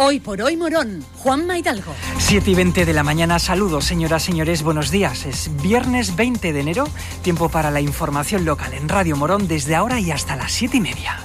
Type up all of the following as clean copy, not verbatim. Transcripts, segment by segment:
Hoy por hoy Morón, Juanma Hidalgo. 7:20 de la mañana, saludos señoras, señores, buenos días. Es viernes 20 de enero, tiempo para la información local en Radio Morón desde ahora y hasta las 7:30.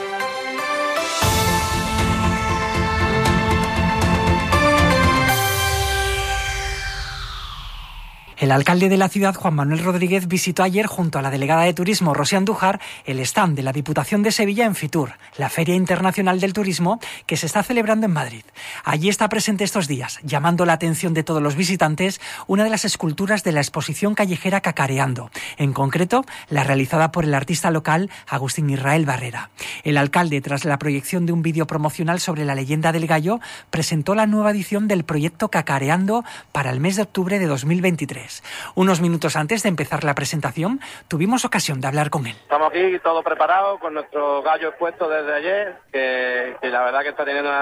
El alcalde de la ciudad, Juan Manuel Rodríguez, visitó ayer junto a la delegada de Turismo, Rosy Andújar, el stand de la Diputación de Sevilla en Fitur, la Feria Internacional del Turismo que se está celebrando en Madrid. Allí está presente estos días, llamando la atención de todos los visitantes, una de las esculturas de la exposición callejera Cacareando, en concreto la realizada por el artista local Agustín Israel Barrera. El alcalde, tras la proyección de un vídeo promocional sobre la leyenda del gallo, presentó la nueva edición del proyecto Cacareando para el mes de octubre de 2023. Unos minutos antes de empezar la presentación, tuvimos ocasión de hablar con él. Estamos aquí todo preparado con nuestro gallo expuesto desde ayer, que la verdad que está teniendo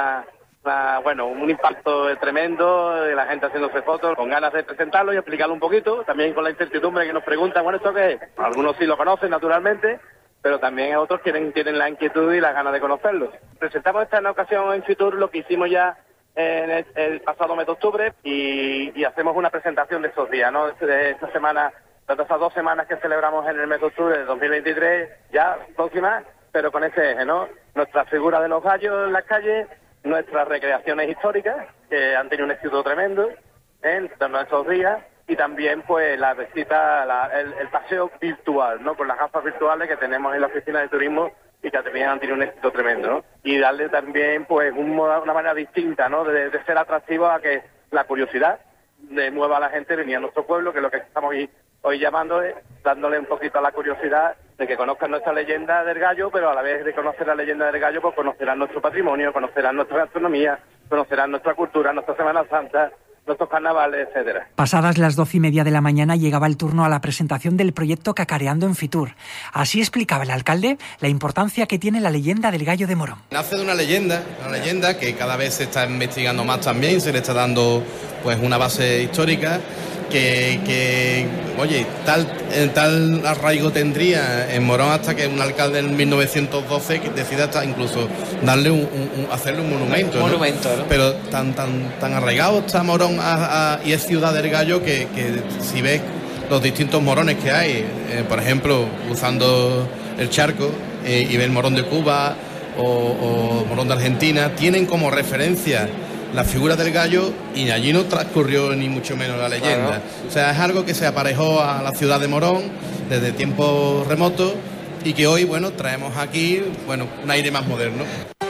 un impacto tremendo, la gente haciéndose fotos, con ganas de presentarlo y explicarlo un poquito, también con la incertidumbre que nos preguntan, bueno, ¿esto qué es? Algunos sí lo conocen naturalmente, pero también otros tienen la inquietud y las ganas de conocerlo. Presentamos esta ocasión en Fitur lo que hicimos ya en el pasado mes de octubre y hacemos una presentación de estos días, ¿no? De esta semana, de estas 2 semanas que celebramos en el mes de octubre de 2023, ya próximas, pero con ese eje, ¿no? Nuestra figura de los gallos en las calles, nuestras recreaciones históricas, que han tenido un éxito tremendo en estos días, y también pues la visita, el paseo virtual, ¿no? Con las gafas virtuales que tenemos en la oficina de turismo y que también han tenido un éxito tremendo, ¿no? Y darle también pues una manera distinta, ¿no? De ser atractivo a que la curiosidad mueva a la gente venir a nuestro pueblo, que es lo que estamos hoy llamando, dándole un poquito a la curiosidad de que conozcan nuestra leyenda del gallo, pero a la vez de conocer la leyenda del gallo, pues conocerán nuestro patrimonio, conocerán nuestra gastronomía, conocerán nuestra cultura, nuestra Semana Santa, nuestros carnavales, etcétera. Pasadas las 12:30 de la mañana llegaba el turno a la presentación del proyecto Cacareando en Fitur. Así explicaba el alcalde la importancia que tiene la leyenda del gallo de Morón. Nace de una leyenda que cada vez se está investigando más también, se le está dando pues una base histórica que tal arraigo tendría en Morón hasta que un alcalde en 1912 que decida hasta incluso darle hacerle un monumento, ¿no? ¿no? Pero tan arraigado está Morón y es ciudad del gallo que si ves los distintos morones que hay, por ejemplo, cruzando el charco y ves el morón de Cuba o morón de Argentina, tienen como referencia la figura del gallo y allí no transcurrió ni mucho menos la leyenda. Claro. O sea, es algo que se aparejó a la ciudad de Morón desde tiempos remotos y que hoy, traemos aquí, un aire más moderno.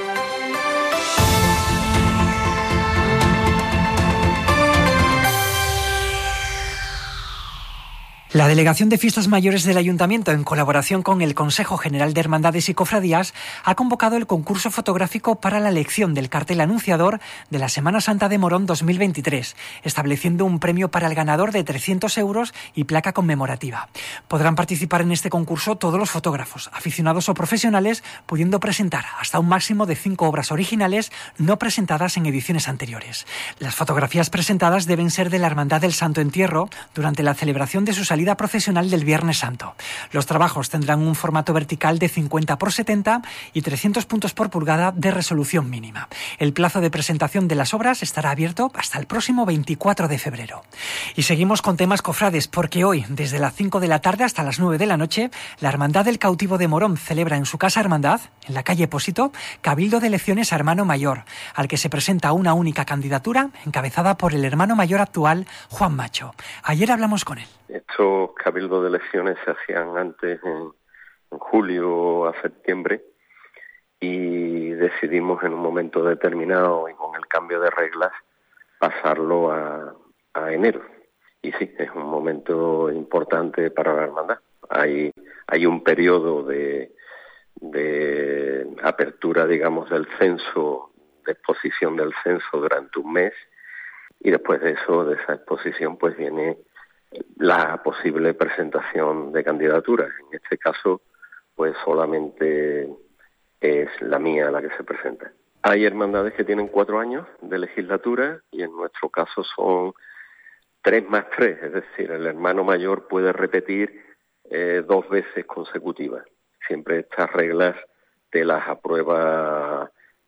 La Delegación de Fiestas Mayores del Ayuntamiento, en colaboración con el Consejo General de Hermandades y Cofradías, ha convocado el concurso fotográfico para la elección del cartel anunciador de la Semana Santa de Morón 2023, estableciendo un premio para el ganador de 300 euros y placa conmemorativa. Podrán participar en este concurso todos los fotógrafos, aficionados o profesionales, pudiendo presentar hasta un máximo de 5 obras originales no presentadas en ediciones anteriores. Las fotografías presentadas deben ser de la Hermandad del Santo Entierro durante la celebración de su salida procesional del Viernes Santo. Los trabajos tendrán un formato vertical de 50x70 y 300 puntos por pulgada de resolución mínima. El plazo de presentación de las obras estará abierto hasta el próximo 24 de febrero. Y seguimos con temas cofrades, porque hoy, desde las 5 de la tarde hasta las 9 de la noche, la Hermandad del Cautivo de Morón celebra en su casa hermandad, en la calle Pósito, cabildo de elecciones a hermano mayor, al que se presenta una única candidatura encabezada por el hermano mayor actual, Juan Macho. Ayer hablamos con él. Estos cabildos de elecciones se hacían antes en julio a septiembre y decidimos en un momento determinado y con el cambio de reglas pasarlo a enero. Y sí, es un momento importante para la hermandad. Hay un periodo de apertura, digamos, del censo, de exposición del censo durante un mes, y después de eso, de esa exposición, pues viene la posible presentación de candidaturas. En este caso, pues solamente es la mía la que se presenta. Hay hermandades que tienen 4 años de legislatura y en nuestro caso son 3 más 3, es decir, el hermano mayor puede repetir 2 veces consecutivas. Siempre estas reglas te las aprueba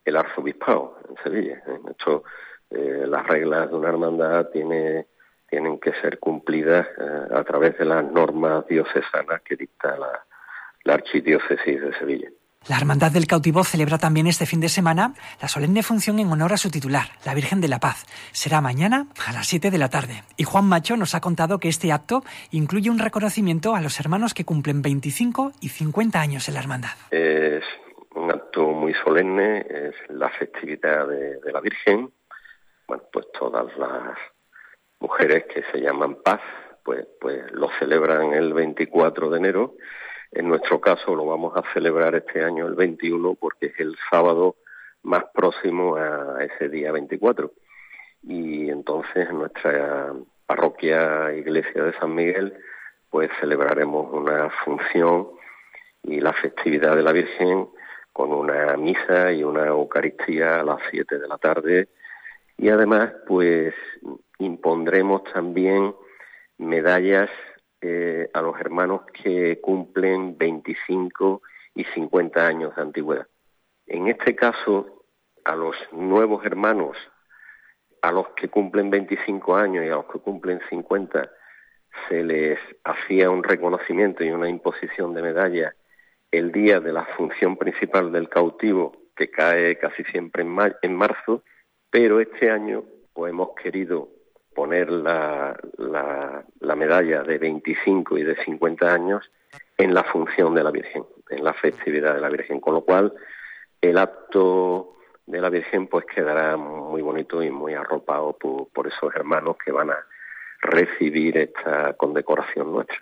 el arzobispado en Sevilla. Esto, las reglas de una hermandad tienen que ser cumplidas a través de las normas diocesanas que dicta la Archidiócesis de Sevilla. La Hermandad del Cautivo celebra también este fin de semana la solemne función en honor a su titular, la Virgen de la Paz. Será mañana a las 7 de la tarde. Y Juan Macho nos ha contado que este acto incluye un reconocimiento a los hermanos que cumplen 25 y 50 años en la Hermandad. Es un acto muy solemne, es la festividad de la Virgen. Bueno, pues todas las mujeres que se llaman Paz, pues lo celebran el 24 de enero. En nuestro caso lo vamos a celebrar este año el 21 porque es el sábado más próximo a ese día 24. Y entonces en nuestra parroquia Iglesia de San Miguel pues celebraremos una función y la festividad de la Virgen con una misa y una Eucaristía a las 7 de la tarde. Y además pues impondremos también medallas a los hermanos que cumplen 25 y 50 años de antigüedad. En este caso, a los nuevos hermanos, a los que cumplen 25 años y a los que cumplen 50, se les hacía un reconocimiento y una imposición de medalla el día de la función principal del cautivo, que cae casi siempre en marzo, pero este año pues hemos querido poner la medalla de 25 y de 50 años en la función de la Virgen, en la festividad de la Virgen, con lo cual el acto de la Virgen pues quedará muy bonito y muy arropado por esos hermanos que van a recibir esta condecoración nuestra.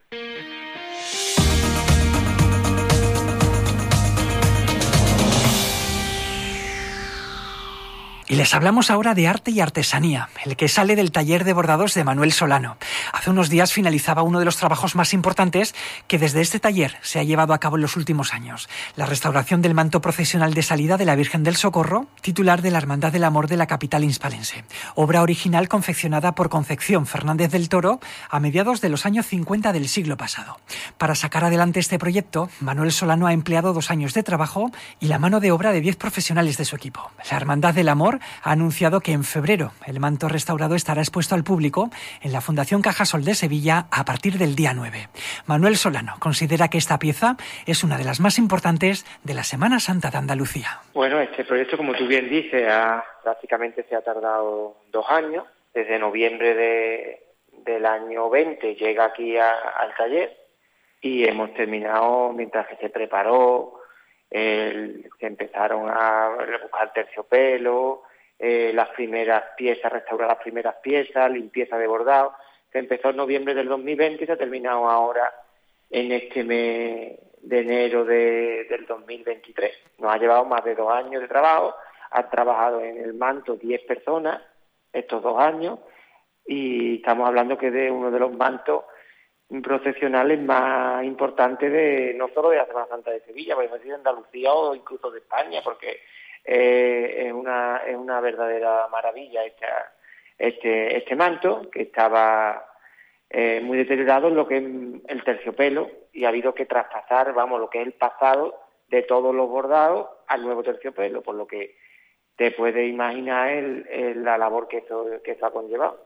Y les hablamos ahora de arte y artesanía, el que sale del taller de bordados de Manuel Solano. Hace unos días finalizaba uno de los trabajos más importantes que desde este taller se ha llevado a cabo en los últimos años: la restauración del manto procesional de salida de la Virgen del Socorro, titular de la Hermandad del Amor de la capital hispalense. Obra original confeccionada por Concepción Fernández del Toro a mediados de los años 50 del siglo pasado. Para sacar adelante este proyecto, Manuel Solano ha empleado 2 años de trabajo y la mano de obra de 10 profesionales de su equipo. La Hermandad del Amor ha anunciado que en febrero el manto restaurado estará expuesto al público en la Fundación Cajasol de Sevilla a partir del día 9. Manuel Solano considera que esta pieza es una de las más importantes de la Semana Santa de Andalucía. Bueno, este proyecto, como tú bien dices, prácticamente se ha tardado 2 años. Desde noviembre del año 20 llega aquí al taller y hemos terminado mientras que se preparó. Se empezaron a buscar terciopelo, las primeras piezas, restaurar las primeras piezas, limpieza de bordado. Se empezó en noviembre del 2020 y se ha terminado ahora en este mes de enero del 2023. Nos ha llevado más de 2 años de trabajo. Han trabajado en el manto 10 personas estos 2 años y estamos hablando que de uno de los mantos procesionales más importantes no solo de la Semana Santa de Sevilla, pero de Andalucía o incluso de España, porque es una verdadera maravilla este manto, que estaba muy deteriorado en lo que es el terciopelo, y ha habido que traspasar, lo que es el pasado de todos los bordados al nuevo terciopelo, por lo que te puedes imaginar la labor que eso ha conllevado.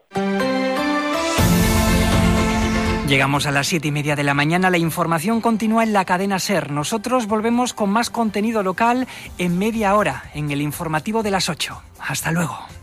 Llegamos a las 7:30 de la mañana. La información continúa en la cadena SER. Nosotros volvemos con más contenido local en media hora, en el informativo de las 8. Hasta luego.